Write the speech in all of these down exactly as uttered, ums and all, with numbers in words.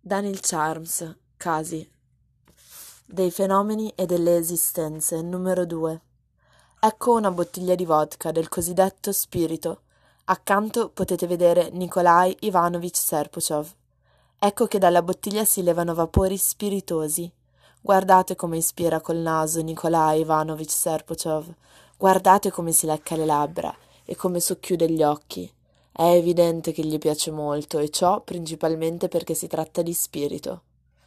Daniel Charms, Casi. Dei fenomeni e delle esistenze, numero due. Ecco una bottiglia di vodka del cosiddetto spirito. Accanto potete vedere Nikolai Ivanovich Serpuchov. Ecco che dalla bottiglia si levano vapori spiritosi. Guardate come ispira col naso Nikolai Ivanovich Serpuchov. Guardate come si lecca le labbra e come socchiude gli occhi. È evidente che gli piace molto, e ciò principalmente perché si tratta di spirito.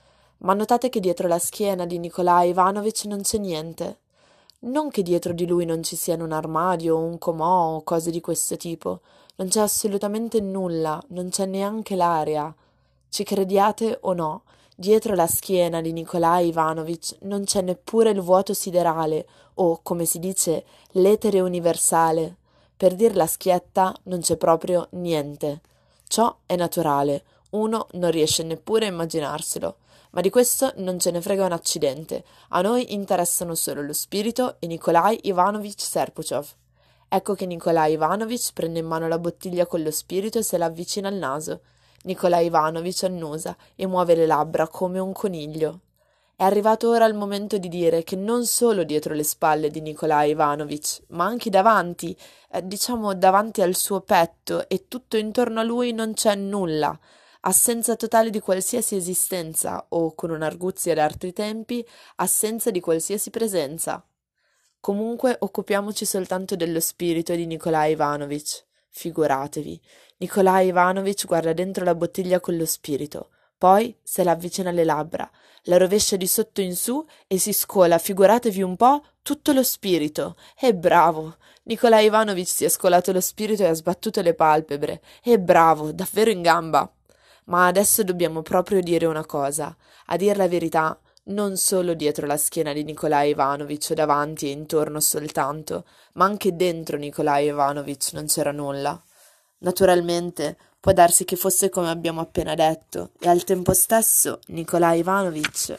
Ma notate che dietro la schiena di Nikolai Ivanovich non c'è niente. Non che dietro di lui non ci siano un armadio o un comò o cose di questo tipo. Non c'è assolutamente nulla, non c'è neanche l'aria. Ci crediate o no, dietro la schiena di Nikolai Ivanovich non c'è neppure il vuoto siderale o, come si dice, l'etere universale. Per dirla schietta, non c'è proprio niente. Ciò è naturale, uno non riesce neppure a immaginarselo, ma di questo non ce ne frega un accidente. A noi interessano solo lo spirito e Nikolai Ivanovich Serpuchov. Ecco che Nikolai Ivanovich prende in mano la bottiglia con lo spirito e se la avvicina al naso. Nikolai Ivanovich annusa e muove le labbra come un coniglio. È arrivato ora il momento di dire che non solo dietro le spalle di Nikolai Ivanovich, ma anche davanti, eh, diciamo davanti al suo petto e tutto intorno a lui non c'è nulla, assenza totale di qualsiasi esistenza o, con un'arguzia d'altri tempi, assenza di qualsiasi presenza. Comunque occupiamoci soltanto dello spirito di Nikolai Ivanovich. Figuratevi, Nikolai Ivanovich guarda dentro la bottiglia con lo spirito, poi se la avvicina alle labbra, la rovescia di sotto in su e si scola, figuratevi un po', tutto lo spirito. E bravo! Nikolai Ivanovich si è scolato lo spirito e ha sbattuto le palpebre. E bravo, davvero in gamba! Ma adesso dobbiamo proprio dire una cosa. A dir la verità, non solo dietro la schiena di Nikolai Ivanovich o davanti e intorno soltanto, ma anche dentro Nikolai Ivanovich non c'era nulla. Naturalmente, può darsi che fosse come abbiamo appena detto, e al tempo stesso Nikolai Ivanovich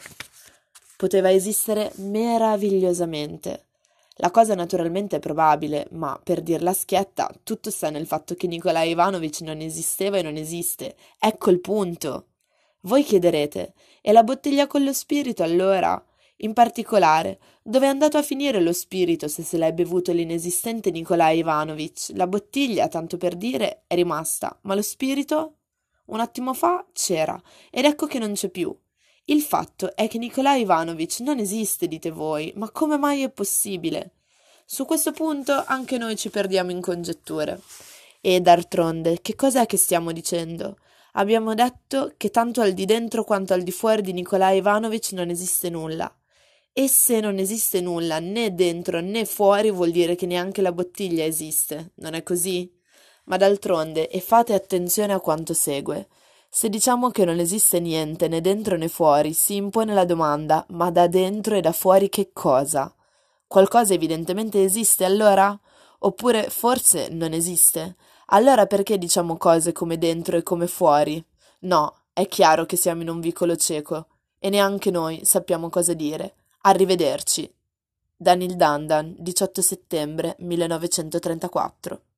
poteva esistere meravigliosamente. La cosa naturalmente è probabile, ma, per dirla schietta, tutto sta nel fatto che Nikolai Ivanovich non esisteva e non esiste. Ecco il punto. Voi chiederete, e la bottiglia con lo spirito allora? In particolare, dove è andato a finire lo spirito se se l'è bevuto l'inesistente Nikolai Ivanovich? La bottiglia, tanto per dire, è rimasta, ma lo spirito? Un attimo fa c'era, ed ecco che non c'è più. Il fatto è che Nikolai Ivanovich non esiste, dite voi, ma come mai è possibile? Su questo punto anche noi ci perdiamo in congetture. E d'altronde, che cos'è che stiamo dicendo? Abbiamo detto che tanto al di dentro quanto al di fuori di Nikolai Ivanovich non esiste nulla. E se non esiste nulla né dentro né fuori vuol dire che neanche la bottiglia esiste, non è così? Ma d'altronde, e fate attenzione a quanto segue, se diciamo che non esiste niente né dentro né fuori, si impone la domanda, ma da dentro e da fuori che cosa? Qualcosa evidentemente esiste allora? Oppure forse non esiste? Allora perché diciamo cose come dentro e come fuori? No, è chiaro che siamo in un vicolo cieco, e neanche noi sappiamo cosa dire. Arrivederci. Daniel Dandan, diciotto settembre millenovecentotrentaquattro.